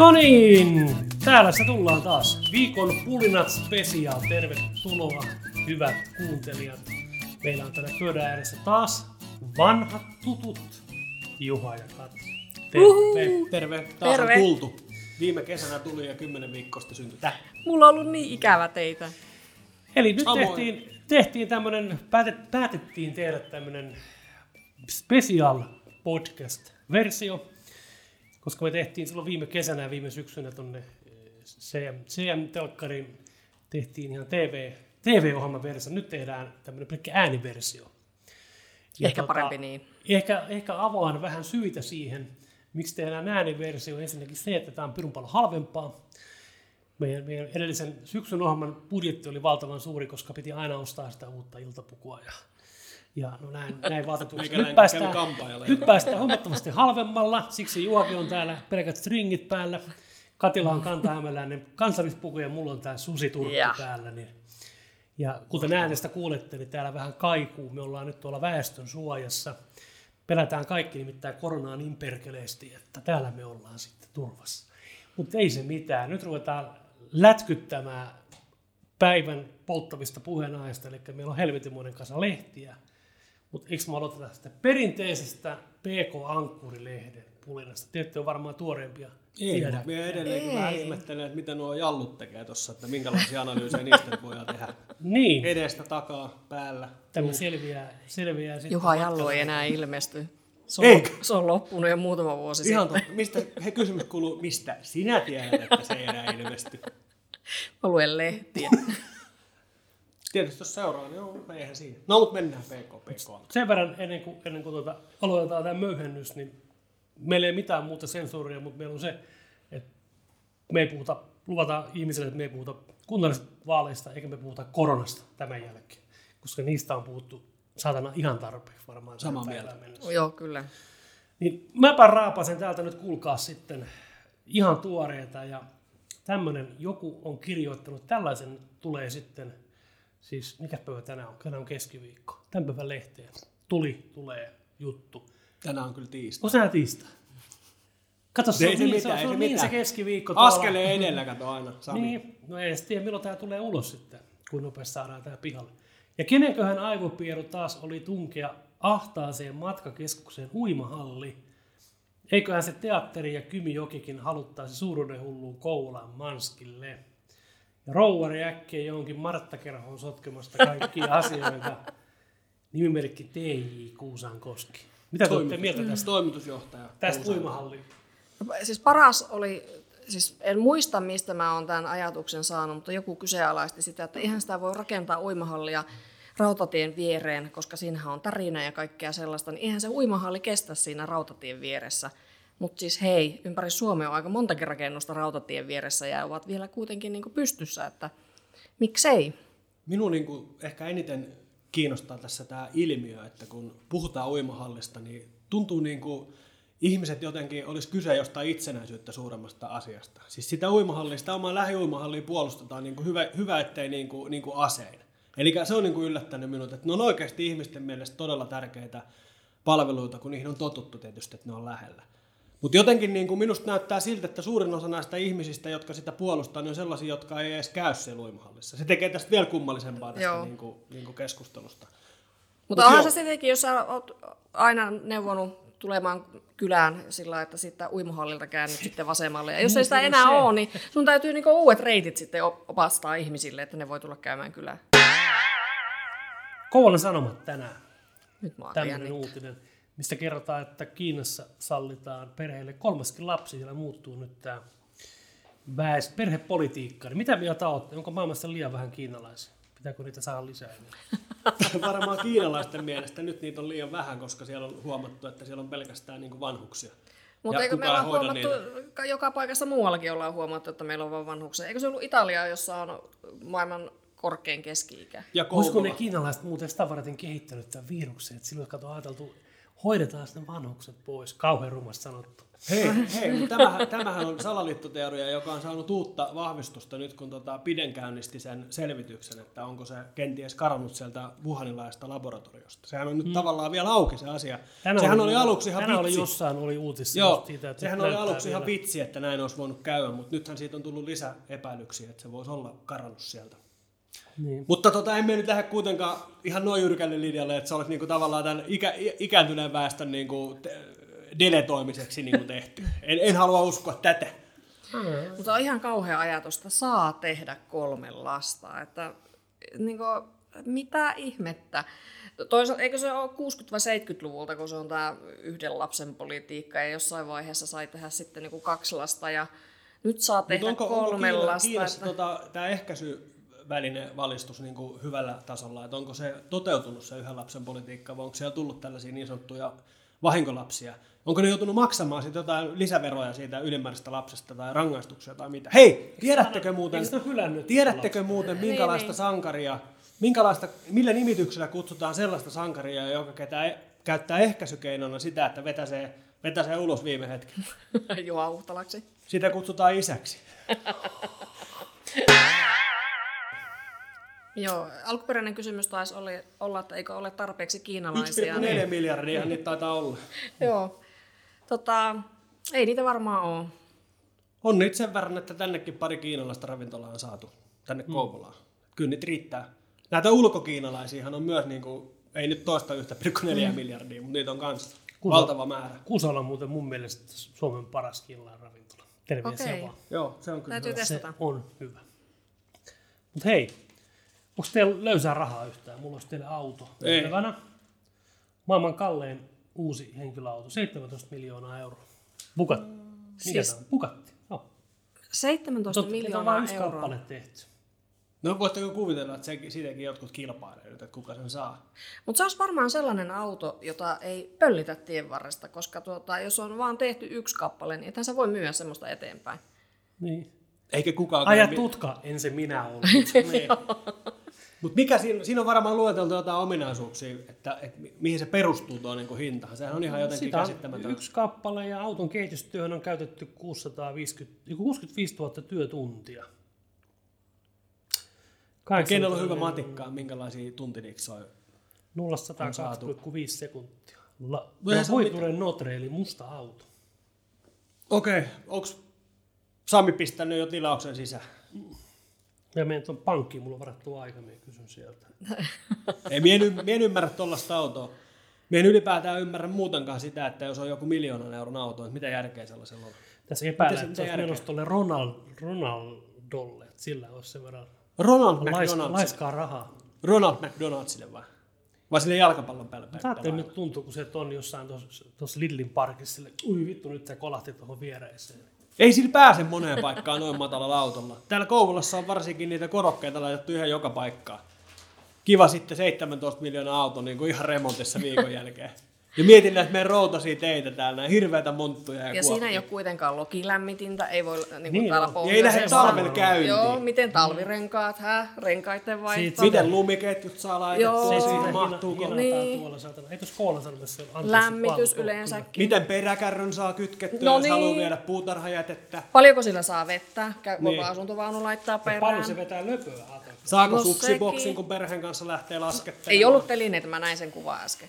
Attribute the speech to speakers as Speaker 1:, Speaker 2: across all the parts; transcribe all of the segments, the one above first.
Speaker 1: No niin, täällä se tullaan taas. Viikon Pulinat Special. Tervetuloa, hyvät kuuntelijat. Meillä on täällä pöydän ääressä taas vanhat tutut Juha ja Katri.
Speaker 2: Terve. Taas on tultu. Viime kesänä tuli ja 10 viikkosta syntyi tähän.
Speaker 3: Mulla on ollut niin ikävä teitä.
Speaker 1: Eli nyt tehtiin tämmönen, päätettiin tehdä tämmönen special podcast-versio, koska me tehtiin silloin viime kesänä ja viime syksynä tonne CM-telkkariin tehtiin ihan TV-ohjelmaversio. Nyt tehdään tämmönen pelkkä ääniversio. Ja
Speaker 3: ehkä parempi niin.
Speaker 1: Ehkä avaan vähän syitä siihen, miksi tehdään ääniversio. Ensinnäkin se, että tämä on pirun paljon halvempaa. Meidän edellisen syksyn ohjelman budjetti oli valtavan suuri, koska piti aina ostaa sitä uutta iltapukua. Ja no näin vaatetuksi. Nyt päästään huomattavasti halvemmalla, siksi Juhakin on täällä pelkät stringit päällä. Katila on kantahämäläinen kansallispuku ja mulla on tää susiturkki päällä. Ja kuten äänestä kuulette, niin täällä vähän kaikuu. Me ollaan nyt tuolla väestön suojassa. Pelätään kaikki nimittäin koronaa niin perkeleesti, että täällä me ollaan sitten turvassa. Mutta ei se mitään. Nyt ruvetaan lätkyttämään päivän polttavista puheenaiheista, eli meillä on helvetinmoinen kasa lehtiä. Mutta eikö me aloiteta sitä perinteisestä PK-ankkurilehden pulinasta? Te on varmaan tuoreempia.
Speaker 2: Ei, me edelleenkin vähän ihmettelen, että mitä nuo jallut tekee tuossa, että minkälaisia analyysejä niistä voidaan tehdä.
Speaker 1: Niin.
Speaker 2: Edestä, takaa, päällä.
Speaker 1: Tämä selviää sitten.
Speaker 3: Juha Jallu ei enää ilmesty. Se on loppunut jo muutama vuosi
Speaker 2: ihan
Speaker 3: sitten.
Speaker 2: Mistä, kysymys kuuluu, mistä sinä tiedät, että se ei enää ilmesty?
Speaker 3: Mä luen lehtiä.
Speaker 2: Tietysti jos seuraa, niin joo, eihän siinä. No, mutta mennään PK.
Speaker 1: Sen verran ennen kuin aloitetaan tämä möyhennys, niin meillä ei mitään muuta sensuuria, mutta meillä on se, että me ei luvataan ihmisille, että me ei puhuta kunnallisista vaaleista, eikä me puhuta koronasta tämän jälkeen, koska niistä on puhuttu saatana ihan tarpeeksi varmaan.
Speaker 2: Samaa mieltä.
Speaker 3: Joo, kyllä.
Speaker 1: Niin mäpä raapasen täältä nyt, kuulkaa sitten ihan tuoreeta, ja tämmöinen joku on kirjoittanut, tällaisen tulee sitten, siis mikä päivä tänään on keskiviikko, tämän päivän lehteen, tulee juttu.
Speaker 2: Tänään on kyllä tiistai.
Speaker 1: Onko tänään tiistai? Kato, se on niin se keskiviikko tuolla.
Speaker 2: Askeleen edellä kato aina, Sami.
Speaker 1: Niin, no ei tiedä milloin tämä tulee ulos sitten, kun nopeasti saadaan tämä pihalle. Ja kenenköhän aivopieru taas oli tunkea ahtaaseen matkakeskukseen uimahalli. Eiköhän se teatteri ja Kymijokikin haluttaisi suuruudenhulluun Kouvolan Manskille. Ja rouvari äkkiä johonkin Marttakerhoon sotkemasta kaikkia asioita. Nimimerkki T.J. Kuusankoski. Mitä te olette mieltä tästä?
Speaker 2: Toimitusjohtaja.
Speaker 1: Tästä uimahalliin.
Speaker 3: Siis paras oli, siis en muista mistä mä oon tämän ajatuksen saanut, mutta joku kyseenalaisti sitä, että eihän sitä voi rakentaa uimahallia rautatien viereen, koska siinähän on tarina ja kaikkea sellaista, niin eihän se uimahalli kestä siinä rautatien vieressä. Mutta siis hei, ympäri Suomea on aika montakin rakennusta rautatien vieressä ja ovat vielä kuitenkin niin kuin pystyssä, että miksei?
Speaker 2: Minun niin kuin ehkä eniten kiinnostaa tässä tämä ilmiö, että kun puhutaan uimahallista, niin tuntuu niin kuin ihmiset jotenkin olisi kyse jostain itsenäisyyttä suuremmasta asiasta. Siis sitä uimahallista, omaa lähiuimahallia puolustetaan niin kuin hyvä ettei niin kuin asein. Eli se on niin kuin yllättänyt minut, että ne on oikeasti ihmisten mielestä todella tärkeitä palveluita, kun niihin on totuttu tietysti, että ne on lähellä. Mutta jotenkin niin kuin minusta näyttää siltä, että suurin osa näistä ihmisistä, jotka sitä puolustaa, niin on sellaisia, jotka ei edes käy siellä uimahallissa. Se tekee tästä vielä kummallisempaa tästä niin kuin keskustelusta.
Speaker 3: Mutta onhan se tietenkin, jos sä oot aina neuvonut tulemaan kylään sillä, että sitten uimahallilta käännyt sitten vasemmalle. Ja jos ei sitä enää ole, niin sun täytyy niinku uudet reitit sitten opastaa ihmisille, että ne voi tulla käymään kylään.
Speaker 1: Kouvolan Sanomat tänään.
Speaker 3: Nyt mä oon
Speaker 1: tämmöinen uutinen, mistä kerrotaan, että Kiinassa sallitaan perheille 3. lapsi, siellä muuttuu nyt tämä perhepolitiikka. Niin mitä mieltä olette? Onko maailmassa liian vähän kiinalaisia? Pitääkö niitä saada lisää?
Speaker 2: Varmaan kiinalaisten mielestä nyt niitä on liian vähän, koska siellä on huomattu, että siellä on pelkästään niin kuin vanhuksia.
Speaker 3: Mutta eikö meillä ole huomattu, joka paikassa muuallakin ollaan huomattu, että meillä on vain vanhuksia. Eikö se ollut Italia, jossa on maailman korkein keski-ikä?
Speaker 1: Olisiko ne kiinalaiset muuten sitä varten kehittänyt tämän viruksen, että silloin ajateltu, hoidetaan sitten vanhukset pois. Kauhean rumasti sanottu.
Speaker 2: Hei, mutta tämähän on salaliittoteoria, joka on saanut uutta vahvistusta nyt, kun Biden käynnisti sen selvityksen, että onko se kenties karannut sieltä wuhanilaisesta laboratoriosta. Sehän on nyt tavallaan vielä auki se asia. Sehän oli aluksi ihan vitsi.
Speaker 1: Oli jossain oli uutissa.
Speaker 2: Joo,
Speaker 1: siitä, että
Speaker 2: sehän oli aluksi ihan vitsi, että näin olisi voinut käydä, mutta nythän siitä on tullut lisäepäilyksiä, että se voisi olla karannut sieltä.
Speaker 1: Niin.
Speaker 2: Mutta emme nyt lähde kuitenkaan ihan noin jyrkälle linjalle, että se olisi niinku tavallaan tämän ikääntyneen väestön niinku deletoimiseksi niinku tehty. En halua uskoa tätä.
Speaker 3: Mutta on ihan kauhea ajatus, että saa tehdä 3 lasta. Että, niinku, mitä ihmettä? Toisaalta eikö se ole 60- vai 70-luvulta, kun se on tämä yhden lapsen politiikka ja jossain vaiheessa sai tehdä sitten niinku 2 lasta ja nyt saa tehdä 3 lasta.
Speaker 2: Kiinassa tämä ehkäisyväline valistus niin kuin hyvällä tasolla, että onko se toteutunut se yhden lapsen politiikka vai onko siellä tullut tällaisia niin sanottuja vahinkolapsia? Onko ne joutunut maksamaan siitä jotain lisäveroja siitä ylimääräisestä lapsesta tai rangaistuksia tai mitä? Hei, tiedättekö muuten minkälaista sankaria, millä nimityksellä kutsutaan sellaista sankaria, joka käyttää ehkäisykeinona sitä, että vetäsee ulos viime hetken?
Speaker 3: Juha Huhtalaksi.
Speaker 2: Sitä kutsutaan isäksi.
Speaker 3: Joo, alkuperäinen kysymys taisi olla, että eikö ole tarpeeksi kiinalaisia.
Speaker 2: 1,4 miljardia niitä taitaa olla.
Speaker 3: Joo, ei niitä varmaan ole.
Speaker 2: On niitä sen verran, että tännekin pari kiinalaista ravintolaa on saatu tänne Kouvolaan. Kyllä niitä riittää. Näitä ulkokiinalaisiahan on myös, niin kuin, ei nyt toista 1,4 miljardia, mutta niitä on myös valtava määrä.
Speaker 1: Kuusala on muuten mun mielestä Suomen paras kiinalainen ravintola. Terveisiä vaan.
Speaker 2: Joo, se on kyllä
Speaker 3: Täytyy
Speaker 2: hyvä.
Speaker 3: testata.
Speaker 1: Se on hyvä. Mutta hei, onko teillä löysää rahaa yhtään? Mulla olisi teille auto.
Speaker 2: Ei.
Speaker 1: Maailman kallein uusi henkilöauto, 17 miljoonaa euroa. Bugatti. Mikä tämä on? Bugatti. Joo.
Speaker 3: 17
Speaker 1: Niitä on
Speaker 3: miljoonaa
Speaker 1: vain yksi
Speaker 3: euroa.
Speaker 1: kappale tehty.
Speaker 2: No voitteko kuvitella, että siitäkin jotkut kilpailee nyt, että kuka sen saa?
Speaker 3: Mutta se olisi varmaan sellainen auto, jota ei pöllitä tien varresta, koska jos on vaan tehty 1 kappale, niin ethän sä voi myydä semmoista eteenpäin.
Speaker 1: Niin.
Speaker 2: Eikä kukaan...
Speaker 1: Aja tutka, en se minä ollut.
Speaker 2: Niin. Mutta mikä siinä on varmaan lueteltu jotain ominaisuuksia, että mihin se perustuu tuo niin hinta. Sehän on ihan jotenkin käsittämätön.
Speaker 1: 1 kappale ja auton kehitystyöhön on käytetty 65 000 työtuntia.
Speaker 2: Kenellä on hyvä matikkaa, minkälaisia tuntiniksoja
Speaker 1: 0-120,5 sekuntia.
Speaker 2: Eihän se ole
Speaker 1: Voituren Notre, eli musta auto.
Speaker 2: Okei, onko Sami pistänyt jo tilauksen sisään?
Speaker 1: Ja menen tuon pankkiin, mulla on varattu aika, minä kysyn sieltä.
Speaker 2: Ei, mie en ymmärrä tuollaista autoa. Mie en ylipäätään ymmärrä muutenkaan sitä, että jos on joku 1 000 000 euron auto, että mitä järkeä sellaisella on?
Speaker 1: Tässä epäillään, että se olisi menossa tuolle Ronaldolle, että sillä olisi sen verran laiskaa rahaa.
Speaker 2: Ronald McDonaldsille vai? Vai sille jalkapallon päälle?
Speaker 1: Ajattelin, nyt tuntuu, kun se on jossain tuossa Lidlin parkissa, sille, ui vittu, nyt se kolahti tuohon viereiseen.
Speaker 2: Ei sillä pääse moneen paikkaan noin matalalla autolla. Täällä Kouvolassa on varsinkin niitä korokkeita laitettu ihan joka paikkaan. Kiva sitten 17 miljoonaa auto niin kuin ihan remontissa viikon jälkeen. Ja mietin näitä meidän routaisia teitä täällä, hirveitä monttuja ja
Speaker 3: siinä ei ole kuitenkaan lokilämmitintä, ei voi niin täällä
Speaker 2: pohjoisessa. Ei lähde talvella käyntiin.
Speaker 3: Joo, miten talvirenkaat, renkaiden vaihto.
Speaker 2: Miten lumiketjut saa laitettua, siitä mahtuuko?
Speaker 1: Niin. Ei tuossa Koulansalmessa
Speaker 3: lämmitys yleensäkin.
Speaker 2: Miten peräkärryn saa kytkettyä, jos haluaa viedä puutarhajätettä?
Speaker 3: Paljonko sillä saa vettä? Voiko asuntovaunu laittaa perään?
Speaker 1: Paljon se vetää löpöä.
Speaker 2: Saako suksiboksin, kun perheen kanssa lähtee laskettelemaan?
Speaker 3: Ei ollut telineitä, mä näin sen kuvan äsken.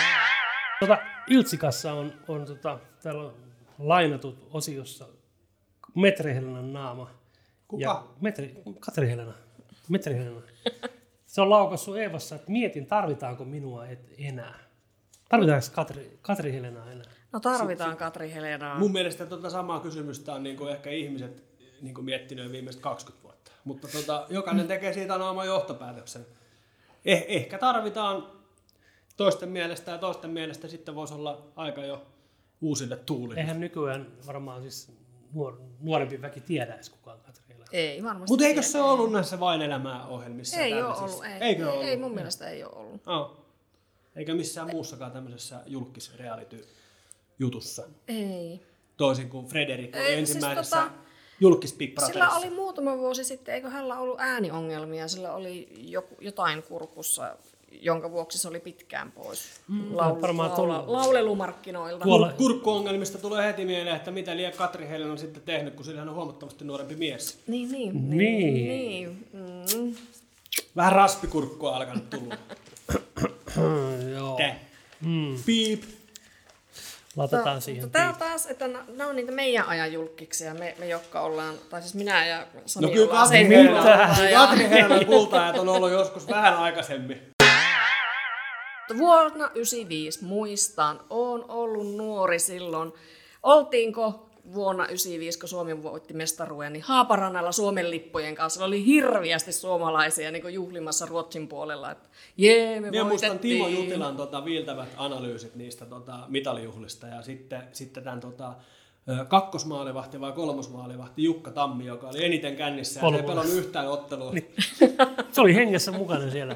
Speaker 1: Iltsikassa on täällä on lainatut osiossa Metri Helenan naama.
Speaker 2: Kuka?
Speaker 1: Katri Helena. Metri Helena. Se on laukassut Eevassa, että mietin, tarvitaanko minua enää. Tarvitaanko Katri Helenaa enää?
Speaker 3: No tarvitaan Katri Helenaa.
Speaker 2: Mun mielestä samaa kysymystä on niinku ehkä ihmiset niinku miettinyt viimeiset 20 vuotta. Mutta jokainen tekee siitä oma johtopäätöksen. Ehkä tarvitaan toisten mielestä ja toisten mielestä sitten voisi olla aika jo uusille tuulille.
Speaker 1: Eihän nykyään varmaan siis nuorempi väki tiedä edes kukaan Katri Helena.
Speaker 3: Ei varmasti.
Speaker 2: Mutta eikö se ollut näissä Vain elämää -ohjelmissa?
Speaker 3: Ei ole ollut.
Speaker 2: Eikö ollut?
Speaker 3: Ei mun mielestä ei ole ollut.
Speaker 2: Eikä missään muussakaan tämmöisessä julkis-reality-jutussa.
Speaker 3: Ei.
Speaker 2: Toisin kuin Frederik oli ensimmäisessä
Speaker 3: siis
Speaker 2: julkis Big Brotherissa.
Speaker 3: Sillä oli muutama vuosi sitten, eikö hänellä ollut ääniongelmia, sillä oli jotain kurkussa. jonka vuoksi se oli pitkään pois laulumarkkinoilta.
Speaker 2: Kurkkuongelmista tulee heti mieleen, että mitä liian Katri Helen on sitten tehnyt, kun sillä on huomattavasti nuorempi mies.
Speaker 3: Niin.
Speaker 2: Vähän raspikurkkua alkanut tulla.
Speaker 1: Joo.
Speaker 2: Piip.
Speaker 1: Laitetaan siihen.
Speaker 3: Tämä taas, että nämä on niitä meidän ajan julkkiksia, me jotka ollaan, tai siis minä ja Sami
Speaker 2: no kyllä Katri Helen kultaajat on ollut joskus vähän aikaisemmin.
Speaker 3: Vuonna 1995 muistan, olen ollut nuori silloin. Oltiinko vuonna 1995, kun Suomi voitti mestaruuden, niin Haaparannalla Suomen lippujen kanssa oli hirviästi suomalaisia niin juhlimassa Ruotsin puolella. Että me voitettiin.
Speaker 2: Muistan Timo Jutilan viiltävät analyysit niistä mitalijuhlista ja sitten tämän kakkosmaalivahti vai kolmosmaalivahti Jukka Tammi, joka oli eniten kännissä ja ei pelannut yhtään ottelua.
Speaker 1: Se oli hengessä mukana siellä.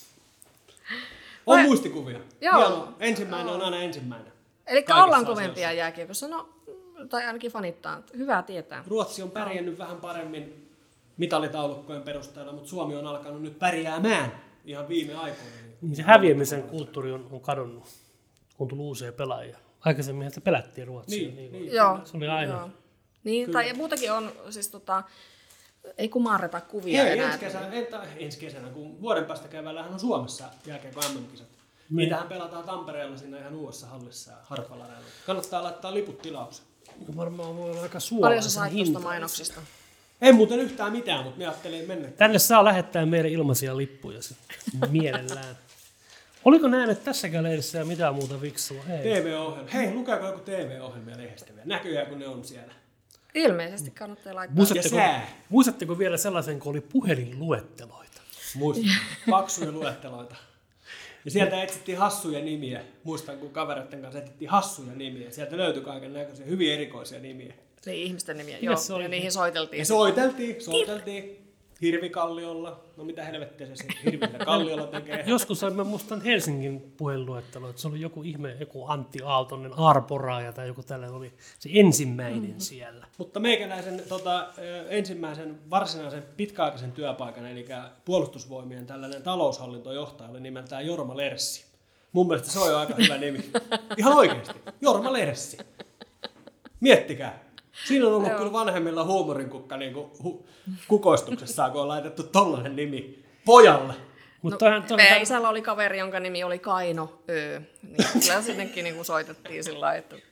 Speaker 2: On muistikuvia. Hienoa. Ensimmäinen on aina ensimmäinen.
Speaker 3: Eli ollaan kovempia jääkiekossa. No, tai ainakin fanittaa. Hyvää tietää.
Speaker 2: Ruotsi on pärjännyt vähän paremmin mitalitaulukkojen perusteella, mutta Suomi on alkanut nyt pärjäämään ihan viime aikoina.
Speaker 1: Niin se häviämisen kulttuuri on kadonnut, kun tuli uusia pelaajia. Aikaisemmin sitä pelättiin Ruotsia.
Speaker 3: Niin. Joo.
Speaker 1: Se oli aina.
Speaker 3: Joo. Niin, tai muutakin on, siis ei kumarreta kuvia enää.
Speaker 2: Ensi kesänä, kun vuoden päästä keväällähän on Suomessa jälkiekko MM-kisat. Niitähän pelataan Tampereella siinä ihan uudessa hallissa ja Harpalareilla. Kannattaa laittaa liput tilaukseen.
Speaker 1: Varmaan voi olla aika suolaa.
Speaker 3: Paljon sä sait tuosta mainoksista?
Speaker 2: En muuten yhtään mitään, mutta me ajattelin mennä.
Speaker 1: Tänne saa lähettää meille ilmaisia lippuja mielellään. Oliko näin, että tässäkään lehdessä ja mitään muuta viksua?
Speaker 2: TV-ohjelma. Hei, lukeeko joku TV-ohjelmia lehdestä vielä? Näköjään, kun ne on siellä.
Speaker 3: Ilmeisesti kannattaa laittaa.
Speaker 1: Muistatteko vielä sellaisen, kun oli puhelinluetteloita?
Speaker 2: Muistan. Paksuja luetteloita. Ja sieltä etsittiin hassuja nimiä. Muistan, kun kavereiden kanssa etsittiin hassuja nimiä. Sieltä löytyi kaiken näköisiä hyvin erikoisia nimiä.
Speaker 3: Niin, ihmisten nimiä. Joo, ja niihin soiteltiin.
Speaker 2: Ja soiteltiin. Hirvikalliolla. No mitä helvettiä se Hirvillä Kalliolla tekee?
Speaker 1: Joskus mä muistan Helsingin puhelinluettelo, että se oli joku Antti Aaltonen, Arporaaja tai joku tällainen oli se ensimmäinen siellä.
Speaker 2: Mutta meikäläisen ensimmäisen varsinaisen pitkäaikaisen työpaikan, eli puolustusvoimien tällainen taloushallintojohtaja oli nimeltään Jorma Lerssi. Mun mielestä se on jo aika hyvä nimi. Ihan oikeasti. Jorma Lerssi. Miettikää. Siinä on ollut kyllä vanhemmilla huumorinkukka kukoistuksessa, kun on laitettu tollainen nimi pojalle.
Speaker 3: Meidän isällä oli kaveri, jonka nimi oli Kaino Ö. Niin kyllä sinnekin soitettiin sillä lailla, että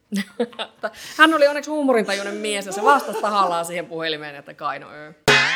Speaker 3: hän oli onneksi huumorintajuinen mies ja se vastasi tahallaan siihen puhelimeen, että Kaino Ö.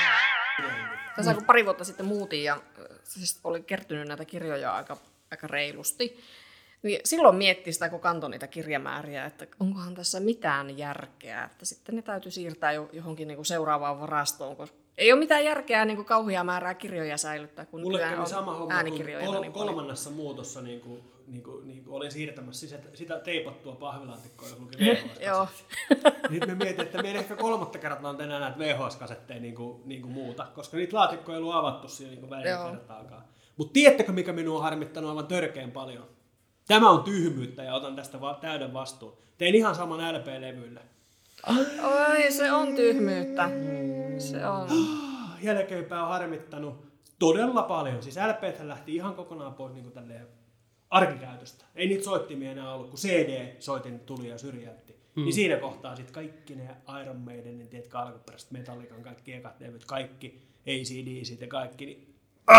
Speaker 3: Tässä kun pari vuotta sitten muutin ja siis oli kertynyt näitä kirjoja aika reilusti, niin silloin mietti sitä, kun kantoi niitä kirjamääriä, että onkohan tässä mitään järkeä, että sitten ne täytyy siirtää johonkin seuraavaan varastoon, koska ei ole mitään järkeä kauheaa määrää kirjoja säilyttää, kun nykyään on
Speaker 2: sama homma,
Speaker 3: äänikirjoja.
Speaker 2: Kun kolmannessa muutossa olin siirtämässä sitä teipattua pahvilaatikkoa, joka luki VHS-kasetteja. Nyt me mietin, että me en ehkä 3. kertaa on enää näitä VHS-kasetteja muuta, koska niitä laatikkoja ei ollut avattu siinä välillä kertaakaan. Mutta tiedättekö, mikä minua on harmittanut aivan törkeän paljon? Tämä on tyhmyyttä ja otan tästä täyden vastuun. Tein ihan saman LP-levyllä.
Speaker 3: Oi, se on tyhmyyttä. Se on.
Speaker 2: Jälkeenpäin on harmittanut todella paljon. Siis LP:thän lähti ihan kokonaan pois arkikäytöstä. Ei niitä soittimia enää ollut, kun CD-soitin tuli ja syrjäytti. Niin siinä kohtaa sitten kaikki ne Iron Maidenin, tiedätkö, alkuperäiset Metallican, kaikki ekat levyt, kaikki AC/DC ja kaikki. Niin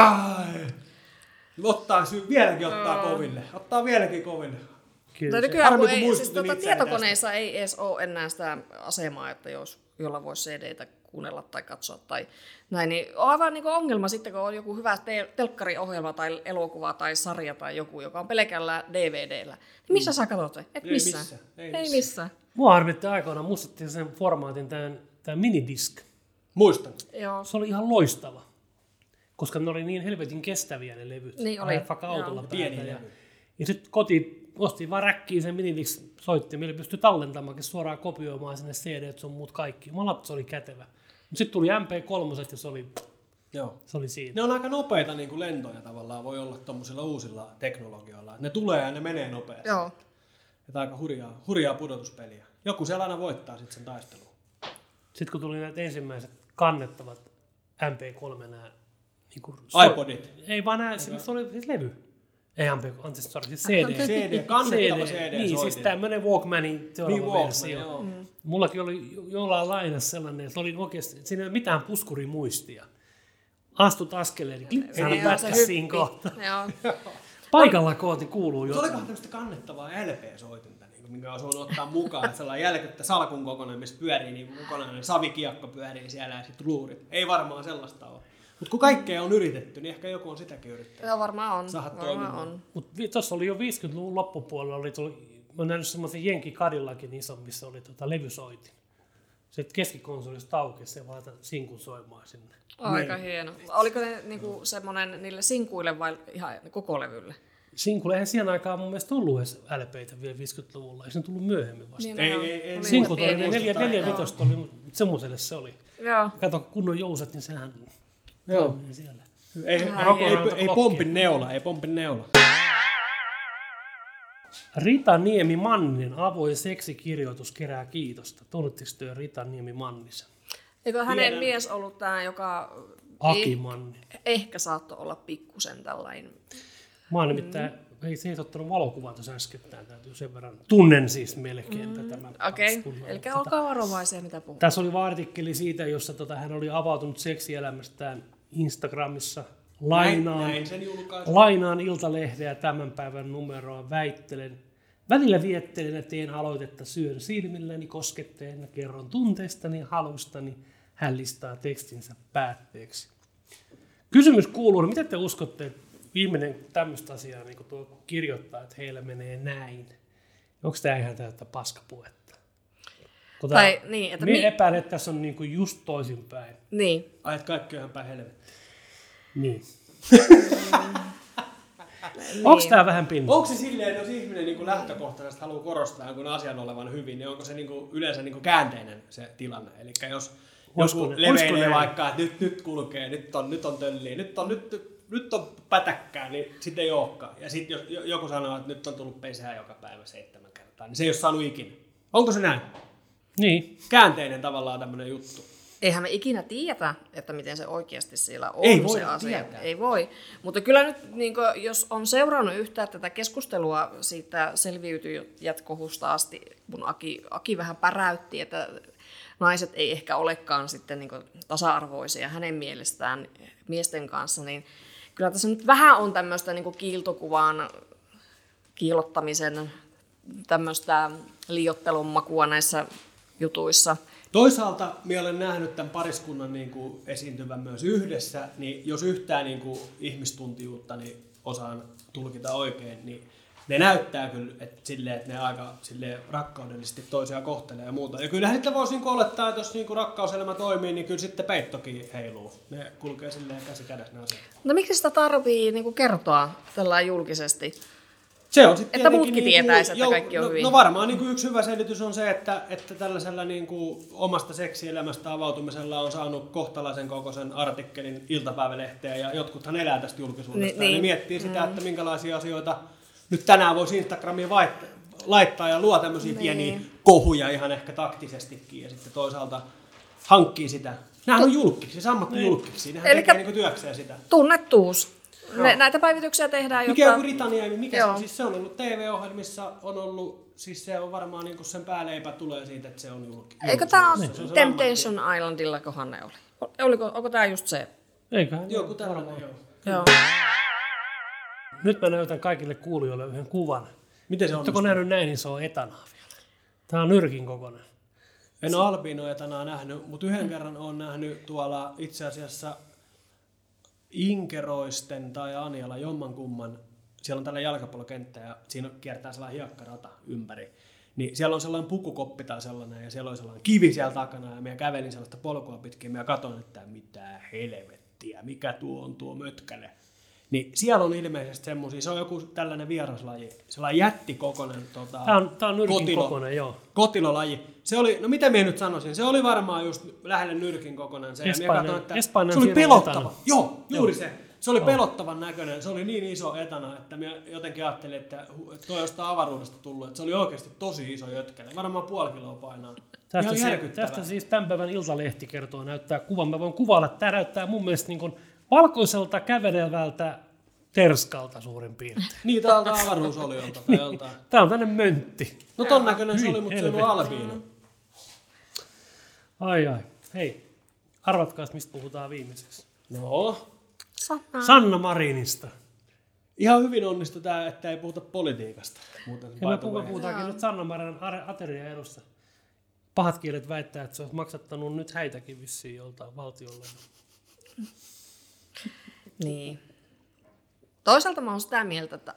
Speaker 2: vieläkin ottaa vieläkin koville.
Speaker 3: Kyllä. Nykyään tietokoneissa ei edes ole enää sitä asemaa, että jolla voisi CD:tä kuunnella tai katsoa tai näin, niin on aivan ongelma sitten, kun on joku hyvä telkkariohjelma tai elokuva tai sarja tai joku, joka on pelkällä DVD:llä. Missä sä katsot se? Et missään. Ei missään.
Speaker 1: Mua harmitti aikoinaan, muistattiin sen formaatin, tämä minidisk.
Speaker 2: Muistan.
Speaker 3: Joo.
Speaker 1: Se oli ihan loistava, koska ne oli niin helvetin kestäviä ne levyt.
Speaker 3: Niin oli.
Speaker 1: Vaikka autolla päältä. Ja sitten ostin vaan räkkiin sen minidisk-soitti, millä pystyi tallentamaankin suoraan kopioimaan sinne CD, sun muut kaikki. Se oli kätevä. Mutta sitten tuli MP3 ja se oli siinä.
Speaker 2: Ne on aika nopeita lentoja tavallaan, voi olla tuommoisilla uusilla teknologioilla. Ne tulee ja ne menee nopeasti.
Speaker 3: Joo.
Speaker 2: Että aika hurjaa pudotuspeliä. Joku siellä aina voittaa sitten sen taistelun.
Speaker 1: Sitten kun tuli näitä ensimmäiset kannettavat MP3 nämä Niin
Speaker 2: iPodit.
Speaker 1: Ei vaan se oli siis levy. Ei anteeksi, siis CD.
Speaker 2: Kannettava CD.
Speaker 1: Niin, siis tämmöinen Walkmanin seuraava versio.
Speaker 2: Joo.
Speaker 1: Mullakin oli jollain lainassa sellainen, että oli oikeasti, siinä ei ole mitään puskurimuistia. Astut askeleen, niin pätkäs siinä kohta. Paikalla kooti kuuluu jotain.
Speaker 2: Olikohan tämmöistä kannettavaa LP-soitinta, minkä olisi voinut ottaa mukaan, että sellainen jälkettä salkun kokoinen, missä pyörii niin kokonainen savikiekko pyörii siellä ja sitten luurit. Ei varmaan sellaista ole. Mutta kun kaikkea on yritetty, niin ehkä joku on sitäkin yrittänyt.
Speaker 3: Joo, varmaan on.
Speaker 1: Mutta tuossa oli jo 50-luvun loppupuolella, mä oon nähnyt semmoisen Jenki Cadillakin ison, missä oli levysoitin. Se keskikonsolista aukesi ja vaan sinkun soimaan sinne.
Speaker 3: Aika hieno. Oliko ne niinku semmoinen niille sinkuille vai ihan koko levylle?
Speaker 1: Sinkulle eihän siihen aikaan mun mielestä tullut edes LP:tä vielä 50-luvulla, ei se tullut myöhemmin vasta.
Speaker 2: Niin, ei.
Speaker 1: Sinkut oli 4-5 oli, semmoiselle se oli.
Speaker 3: Joo.
Speaker 1: Kato kunnon jousat, niin sehän toimii siellä.
Speaker 2: Ei pompin neula.
Speaker 1: Rita Niemi-Manninen avoin seksikirjoitus kerää kiitosta. Tunnetteko työ Rita Niemi-Mannisen?
Speaker 3: Eikö hänen mies ollut tämä, joka
Speaker 1: Aki Manninen.
Speaker 3: Ehkä saattoi olla pikkusen tällainen.
Speaker 1: Mä oon nimittäin, se ei ottanut valokuvaa tuossa äskettäin, täytyy sen verran. Tunnen siis melkein tätä.
Speaker 3: Okei, eli olkaa varovaisia mitä puhuu.
Speaker 1: Tässä oli artikkeli siitä, jossa hän oli avautunut seksielämästään Instagramissa. Lainaan Iltalehteä tämän päivän numeroa, väittelen. Välillä viettelen ja teen aloitetta, syön silmilläni, kosketteen ja kerron tunteistani ja halustani. Hän listaa tekstinsä päätteeksi. Kysymys kuuluu, mitä te uskotte, että viimeinen tämmöistä asiaa niin tuo kirjoittaa, että heillä menee näin? Onko tämä ihan täyttä paskapuhetta?
Speaker 3: Tai niin, että
Speaker 1: minä epäilen, että tässä on niin kuin just toisinpäin.
Speaker 3: Niin.
Speaker 2: Ai, että kaikki on ihan päin helvettiin.
Speaker 1: Niin. Onko tämä vähän pinnalla?
Speaker 2: Onko se silleen, jos ihminen niin lähtökohtaisesti haluaa korostaa kun asian olevan hyvin, niin onko se niin yleensä niin käänteinen se tilanne? Eli jos joku leveilee vaikka, että nyt kulkee, nyt on tölliä, nyt on pätäkkää, niin sitten ei olekaan. Ja sitten jos joku sanoo, että nyt on tullut pesää joka päivä 7 kertaa, niin se ei ole saanut ikinä. Onko se näin?
Speaker 1: Niin.
Speaker 2: Käänteinen tavallaan tämmöinen juttu.
Speaker 3: Eihän me ikinä tiedä, että miten se oikeasti siellä on
Speaker 2: ei
Speaker 3: se asia. Tietää. Ei voi. Mutta kyllä nyt, niin kuin, jos on seurannut yhtään tätä keskustelua siitä selviytyjät kohusta asti, kun Aki vähän päräytti, että naiset ei ehkä olekaan sitten niin kuin tasa-arvoisia hänen mielestään miesten kanssa, niin kyllä tässä nyt vähän on tämmöistä niin kuin kiiltokuvan kiillottamisen tämmöistä liioittelun makua näissä jutuissa.
Speaker 2: Toisaalta minä olen nähnyt tämän pariskunnan niin kuin esiintyvän myös yhdessä, niin jos yhtään niin kuin ihmistuntijuutta niin osaan tulkita oikein, niin ne näyttää kyllä, että ne aika rakkaudellisesti toisiaan kohtelee ja muuta. Ja kyllähän sitten voisi niin olettaa, että jos niin kuin rakkauselämä toimii, niin kyllä sitten peittokin heiluu. Ne kulkee silleen käsi kädessä ne asiat.
Speaker 3: No miksi sitä tarvii niin kuin kertoa tällainen julkisesti?
Speaker 2: Se on sitten
Speaker 3: että muutkin tietäisi, että kaikki on hyvin.
Speaker 2: No varmaan niin kuin yksi hyvä selitys on se, että tällaisella niin kuin omasta seksielämästä avautumisella on saanut kohtalaisen kokoisen artikkelin iltapäivälehteen ja jotkuthan elää tästä julkisuudesta. Niin. Ja ne miettii sitä, että minkälaisia asioita nyt tänään voisi Instagramiin laittaa ja luo tämmöisiä pieniä kohuja ihan ehkä taktisestikin ja sitten toisaalta hankkii sitä. Nämä on julkkiksi, siis ammattijulkkiksi. Nehän tekee niin kuin työkseen sitä.
Speaker 3: Tunnettuus. Näitä päivityksiä tehdään,
Speaker 2: mikä on Rita Niemi? Siis se on ollut TV-ohjelmissa, on ollut, siis se on varmaan niin kuin sen pääleipä tulee siitä, että se on julkki.
Speaker 3: Eikö tämä ole Temptation Islandilla, kohan ne oli? Onko tämä just se?
Speaker 1: Eiköhän.
Speaker 2: Joku tällainen,
Speaker 3: joo.
Speaker 1: Nyt mä näytän kaikille kuulijoille yhden kuvan.
Speaker 2: Miten se on?
Speaker 1: Kun nähnyt näin, niin se on etanaa vielä. Tämä on nyrkin kokoinen.
Speaker 2: En ole albiinoetanaa nähnyt, mutta yhden kerran olen nähnyt tuolla itse asiassa Inkeroisten tai Anjala jommankumman. Siellä on tällainen jalkapallokenttä ja siinä kiertää sellainen hiekkarata ympäri. Niin siellä on sellainen pukukoppi tai sellainen ja siellä on sellainen kivi siellä takana ja minä kävelin sellaista polkua pitkin ja minä katsoin, että mitä helvettiä, mikä tuo on tuo mötkäle. Niin siellä on ilmeisesti semmoisia, se on joku tällainen vieraslaji, sellainen jättikokoinen
Speaker 1: Tämä on nyrkin kokoinen, joo.
Speaker 2: Kotilolaji. Se oli, no mitä minä nyt sanoisin, se oli varmaan just lähelle nyrkin kokoinen. Se,
Speaker 1: Espanjan
Speaker 2: se oli pelottava. Joo, juuri se. Se oli pelottavan näköinen, se oli niin iso etana, että minä jotenkin ajattelin, että tuo on jostain avaruudesta tullut, että se oli oikeasti tosi iso jötkäle, varmaan 0,5 kiloa painaa.
Speaker 1: Tästä siis tämän päivän Iltalehti kertoo, näyttää kuvan. Mä voin kuvailla, että tämä näyttää mun mielestä niin kuin valkoiselta kävelevältä terskalta suurin piirtein.
Speaker 2: Niin, täältä avaruusoliolta tai joltain.
Speaker 1: Tää on tänne möntti.
Speaker 2: No ton näköinen se oli, mutta se on albiino.
Speaker 1: Ai. Hei, arvatkaas mistä puhutaan viimeiseksi.
Speaker 2: No,
Speaker 1: Sanna Marinista.
Speaker 2: ihan hyvin onnistui tämä, että ei puhuta politiikasta. Muuten
Speaker 1: Ja me puhutaankin nyt Sanna Marinin aterian edusta. Pahat kielet väittää, että se olisi maksattanut nyt häitäkin vissiin joltain valtiolle.
Speaker 3: Niin. Toisaalta mä oon sitä mieltä, että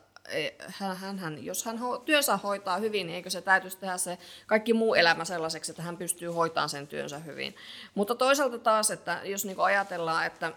Speaker 3: jos hän työnsä hoitaa hyvin, niin eikö se täytyisi tehdä se kaikki muu elämä sellaiseksi, että hän pystyy hoitamaan sen työnsä hyvin. Mutta toisaalta taas, että jos niinku ajatellaan, että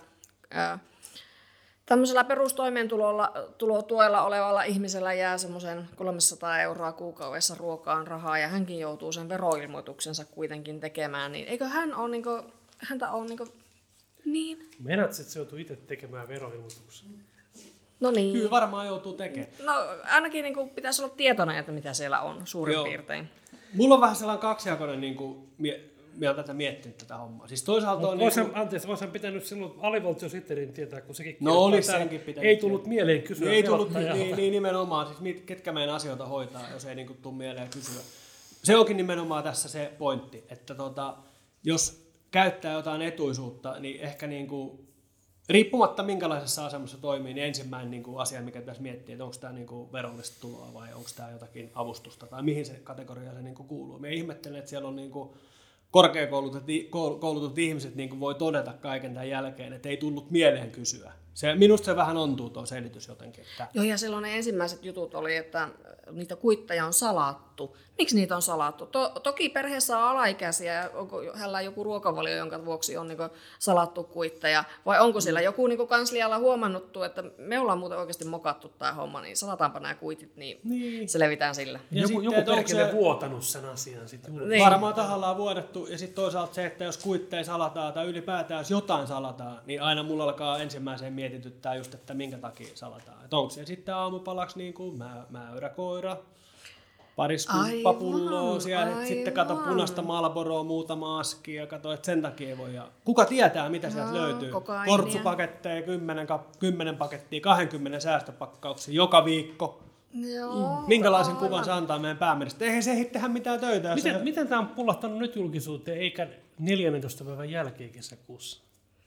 Speaker 3: tämmöisellä perustoimeentulotuella olevalla ihmisellä jää semmoisen 300 euroa kuukaudessa ruokaan rahaa ja hänkin joutuu sen veroilmoituksensa kuitenkin tekemään, niin eikö häntä ole niin?
Speaker 1: Meinaat, että se joutuu itse tekemään veroilmoituksen?
Speaker 3: No niin.
Speaker 2: Kyllä varmaan joutuu tekemään.
Speaker 3: No ainakin niin kuin pitäisi olla tietoinen, että mitä siellä on suurin piirtein.
Speaker 2: Mulla on vähän sellainen kaksijakoinen, niin kuin, minä olen tätä miettinyt tätä hommaa. Siis toisaalta on...
Speaker 1: Voisin pitänyt silloin alivaltiositterin tietää, kun sekin...
Speaker 2: No olisi senkin pitänyt.
Speaker 1: Ei tullut mieleen kysyä.
Speaker 2: Ei tullut, niin nimenomaan. Siis ketkä meidän asioita hoitaa, jos ei niin tule mieleen kysyä. Se onkin nimenomaan tässä se pointti, että jos käyttää jotain etuisuutta, niin ehkä niin kuin, riippumatta minkälaisessa asemassa toimii, niin ensimmäinen niin kuin asia, mikä pitäisi miettiä, että onko tämä niin kuin verollista tuloa vai onko tämä jotakin avustusta tai mihin se kategoria se niin kuin kuuluu. Me ihmettelen, että siellä on niin kuin korkeakoulutut ihmiset niin kuin voi todeta kaiken tämän jälkeen, että ei tullut mieleen kysyä. Minusta se vähän ontuu tuo selitys jotenkin. Että...
Speaker 3: Joo, ja silloin ne ensimmäiset jutut oli, että niitä kuitteja on salattu. Miksi niitä on salattu? Toki perheessä on alaikäisiä ja onko hänellä joku ruokavalio, jonka vuoksi on niinku salattu kuitteja. Vai onko siellä joku niinku kanslialla huomannuttu, että me ollaan muuten oikeasti mokattu tämä homma, niin salataanpa nämä kuitit, niin selvitään sillä.
Speaker 1: Ja joku perkele vuotanut sen asian sitten.
Speaker 2: Niin. Varmaan tahallaan vuodettu. Ja sitten toisaalta se, että jos kuitteja salataan tai ylipäätään jos jotain salataan, niin aina mulla alkaa ensimmäiseen mietityttää just, että minkä takia salataan. Että onko se sitten aamupalaksi niin kuin mäyräkoira, pari skumppapulloa siellä, sitten kato punaista Marlboroa, muutama aski ja kato, että sen takia ei voi. Ja kuka tietää, mitä sieltä löytyy? Kortsupaketteja, 10 pakettia, 20 säästöpakkauksia joka viikko.
Speaker 3: Joo,
Speaker 2: minkälaisen kuvan se antaa meidän pääministeri? Eihän se tehdä mitään töitä.
Speaker 1: Miten tämä on pullahtanut nyt julkisuuteen, eikä 14. päivän jälkeen kesäkuussa?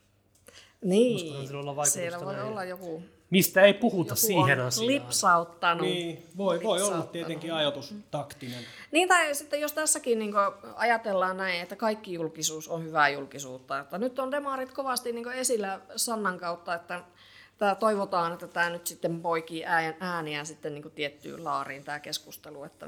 Speaker 3: Niin, siellä voi olla joku...
Speaker 1: Mistä ei puhuta siihen asiaan.
Speaker 3: Lipsauttanut.
Speaker 2: Niin, voi olla tietenkin ajatus taktinen.
Speaker 3: Niin, tai sitten jos tässäkin niin ajatellaan näin, että kaikki julkisuus on hyvää julkisuutta. Että nyt on demarit kovasti niin esillä Sannan kautta, että toivotaan, että tämä nyt sitten poikii ääniä sitten niin tiettyyn laariin tämä keskustelu. Että...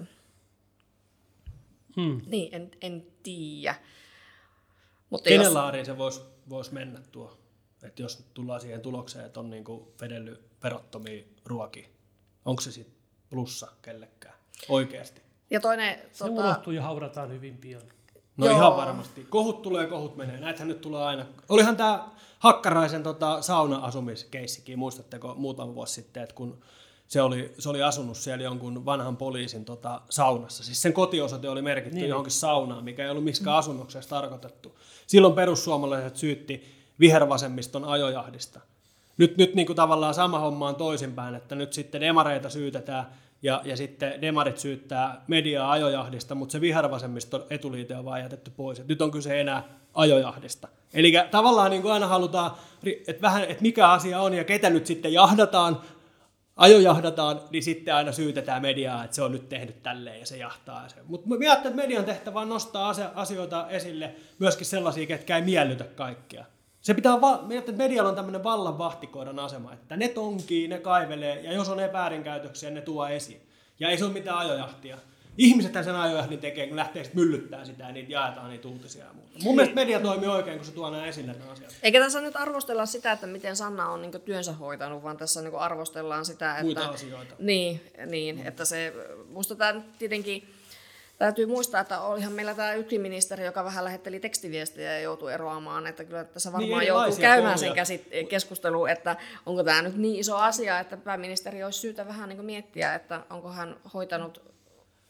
Speaker 3: Niin, en tiedä.
Speaker 2: Kenen laariin se voisi mennä tuo? Että jos tullaan siihen tulokseen, että on niinku vedellyt verottomia ruokia, onko se sitten plussa kellekään oikeasti?
Speaker 3: Ja toinen...
Speaker 1: Se unohtuu ja haudataan hyvin pian.
Speaker 2: No joo. Ihan varmasti. Kohut tulee, kohut menee. Näitähän nyt tulee aina. Olihan tämä Hakkaraisen sauna-asumiskeissikin, muistatteko muutama vuosi sitten, että kun se oli asunut siellä jonkun vanhan poliisin saunassa. Siis sen kotiosoite oli merkitty johonkin saunaan, mikä ei ollut miksikään asunnokseen tarkoitettu. Silloin perussuomalaiset syytti vihervasemmiston ajojahdista. Nyt niin kuin tavallaan sama homma on toisinpäin, että nyt sitten demareita syytetään ja sitten demarit syyttää mediaa ajojahdista, mutta se vihervasemmiston etuliite on vaan jätetty pois. Et nyt on kyse enää ajojahdista. Eli tavallaan niin kuin aina halutaan, että mikä asia on ja ketä nyt sitten ajojahdataan, niin sitten aina syytetään mediaa, että se on nyt tehnyt tälleen ja se jahtaa. Mutta mä ajattelen, että median tehtävä on nostaa asioita esille, myöskin sellaisia, ketkä ei miellytä kaikkea. Se pitää että medialla on tämmöinen vallan vahtikoiran asema, että ne tonkii, ne kaivelee, ja jos on väärinkäytöksiä, ne tuo esiin. Ja ei se ole mitään ajojahtia. Ihmisethän sen ajojahdin tekee, kun lähtee sitten myllyttää sitä ja niitä jaetaan niitä uutisia ja muuta. Mun mielestä media toimii oikein, kun se tuo nämä esille nämä asiat.
Speaker 3: Eikä tässä nyt arvostella sitä, että miten Sanna on niin työnsä hoitanut, vaan tässä niin arvostellaan sitä, että...
Speaker 2: Muita asioita.
Speaker 3: Niin, että se... Musta tämä tietenkin... Täytyy muistaa, että olihan meillä tämä yksi ministeri, joka vähän lähetteli tekstiviestejä ja joutui eroamaan, että kyllä tässä varmaan niin joutuu käymään sen keskusteluun, että onko tämä nyt niin iso asia, että pääministeri olisi syytä vähän niin kuin miettiä, että onko hän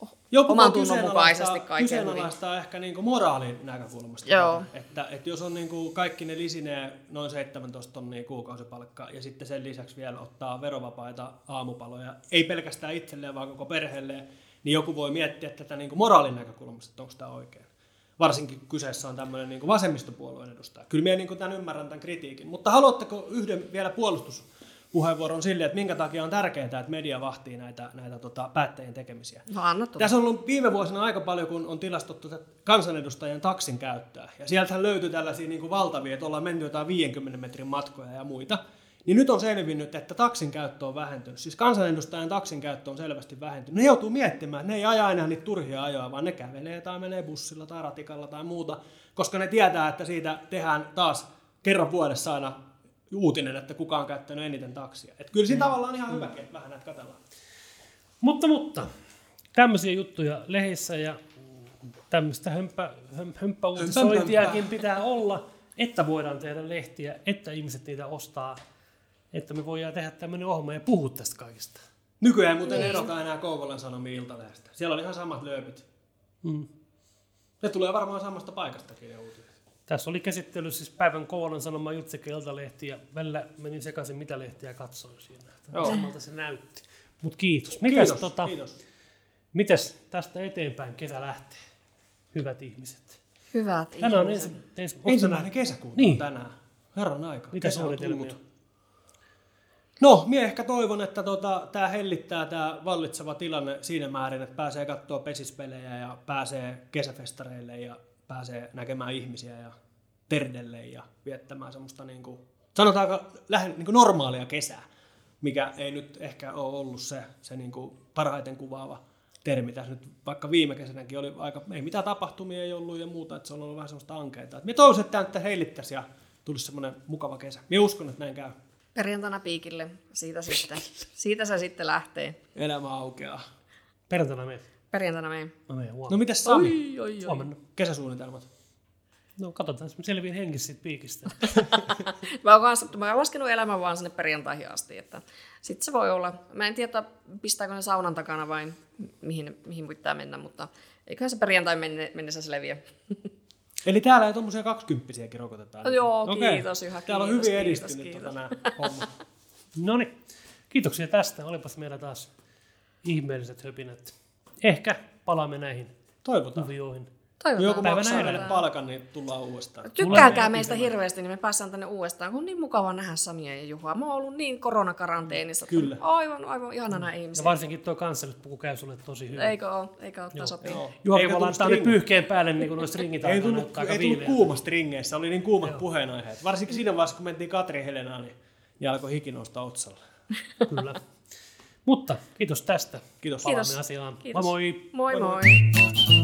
Speaker 3: oman tunnon mukaisesti kaiken hyvin.
Speaker 2: Kyseenalaistaa ehkä niinku moraalin näkökulmasta.
Speaker 3: Joo.
Speaker 2: Että jos on niinku kaikki ne lisinee noin 17 tonnia kuukausipalkkaa ja sitten sen lisäksi vielä ottaa verovapaita aamupaloja, ei pelkästään itselleen vaan koko perheelleen, niin joku voi miettiä tätä niinku moraalin näkökulmasta, että onko tämä oikein. Varsinkin kyseessä on tämmöinen niinku vasemmistopuolueen edustaja. Kyllä minä niinku ymmärrän tämän kritiikin, mutta haluatteko yhden vielä puolustuspuheenvuoron sille, että minkä takia on tärkeää, että media vahtii näitä päättäjien tekemisiä. Tässä on ollut viime vuosina aika paljon, kun on tilastottu kansanedustajien taksin käyttöä. Ja sieltähän löytyy tällaisia niin kuin valtavia, että ollaan mennyt jotain 50 metrin matkoja ja muita. Niin nyt on selvinnyt, että taksin käyttö on vähentynyt. Siis kansanedustajan taksin käyttö on selvästi vähentynyt. Ne joutuu miettimään, että ne ei aja enää niitä turhia ajoja, vaan ne kävelee tai menee bussilla tai ratikalla tai muuta. Koska ne tietää, että siitä tehdään taas kerran vuodessa aina uutinen, että kuka on käyttänyt eniten taksia. Että kyllä siinä tavallaan on ihan hyväkin, että vähän näitä katsellaan.
Speaker 1: Mutta tämmöisiä juttuja lehissä ja tämmöistä hömppäuutisointiakin pitää olla, että voidaan tehdä lehtiä, että ihmiset niitä ostaa, että me voidaan tehdä tämmöinen ohjelma ja puhua tästä kaikesta.
Speaker 2: Nykyään muuten erota enää Kouvolan Sanomien Iltalehdestä. Siellä on ihan samat lööpit. Ne tulee varmaan samasta paikastakin ne uutiset.
Speaker 1: Tässä oli käsittely siis päivän Kouvolan Sanoma Jutsikka Iltalehti ja välillä menin sekaisin mitä lehtiä katsoin siinä. Samalta se näytti. Mutta kiitos.
Speaker 2: Kiitos.
Speaker 1: Mites tästä eteenpäin kesä lähtee? Hyvät ihmiset.
Speaker 3: Hyvät
Speaker 1: tänään
Speaker 3: ihmiset.
Speaker 2: On ensimmäinen kesäkuuta niin. Tänään. Herran aika.
Speaker 1: Mitä suunnitelmia?
Speaker 2: No, minä ehkä toivon, että tämä hellittää tämä vallitseva tilanne siinä määrin, että pääsee katsoa pesispelejä ja pääsee kesäfestareille ja pääsee näkemään ihmisiä ja terdelle ja viettämään semmoista niinku, sanotaanko niinku normaalia kesää, mikä ei nyt ehkä ole ollut se niinku parhaiten kuvaava termi tässä nyt, vaikka viime kesänäkin oli aika, ei mitään tapahtumia ei ollut ja muuta, että se on ollut vähän semmoista ankeita. Minä toivoisin, että tämä nyt hellittäisi ja tulisi semmoinen mukava kesä. Minä uskon, että näin käy.
Speaker 3: Perjantaina piikille, siitä se sitten lähtee.
Speaker 2: Elämä aukeaa.
Speaker 1: Perjantaina meet.
Speaker 3: Perjantaina meen.
Speaker 1: No
Speaker 2: mitäs Sami?
Speaker 1: Huomenna.
Speaker 2: Kesäsuunnitelmat?
Speaker 1: No katsotaan, jos me selviin hengissä siitä piikistä.
Speaker 3: Mä oon laskenut elämän vaan sinne perjantaihin asti. Sitten se voi olla. Mä en tiedä, pistääkö ne saunan takana vai mihin pitää mennä, mutta eiköhän se perjantai mennessä se leviä.
Speaker 2: Eli täällä ei tommosia 20-vuotiaitakin rokotetaan.
Speaker 3: No joo, kiitos Juha.
Speaker 2: Täällä on hyvin edistynyt nämä hommat.
Speaker 1: Noniin, kiitoksia tästä. Olipas meillä taas ihmeelliset höpinät. Ehkä palaamme näihin kuvioihin.
Speaker 2: Kun joku maksaa meille palkan, niin tullaan uudestaan.
Speaker 3: Tykkääkää meistä hirveästi, niin me päästään tänne uudestaan, kun on niin mukava nähdä Samia ja Juhaa. Mä oon ollut niin koronakaranteenissa.
Speaker 2: Kyllä.
Speaker 3: Aivan ihana nämä ihmisiä.
Speaker 1: Ja varsinkin tuo kansallispuku käy sulle tosi hyvin.
Speaker 3: Eikö ole? Tämä sopii.
Speaker 1: Ei voi laittaa nyt pyyhkeen päälle, niin kuin nuo stringit
Speaker 2: ei tullut kuuma stringeissä, oli niin kuumat puheenaiheet. Varsinkin siinä vaiheessa, kun mentiin Katri Helenaan, niin alkoi hiki nousta otsalle.
Speaker 1: Kyllä. Mutta kiitos tästä.
Speaker 2: Kiitos.
Speaker 1: Palaamme asiaan.
Speaker 3: Kiitos.
Speaker 1: Moi moi.
Speaker 3: Moi moi.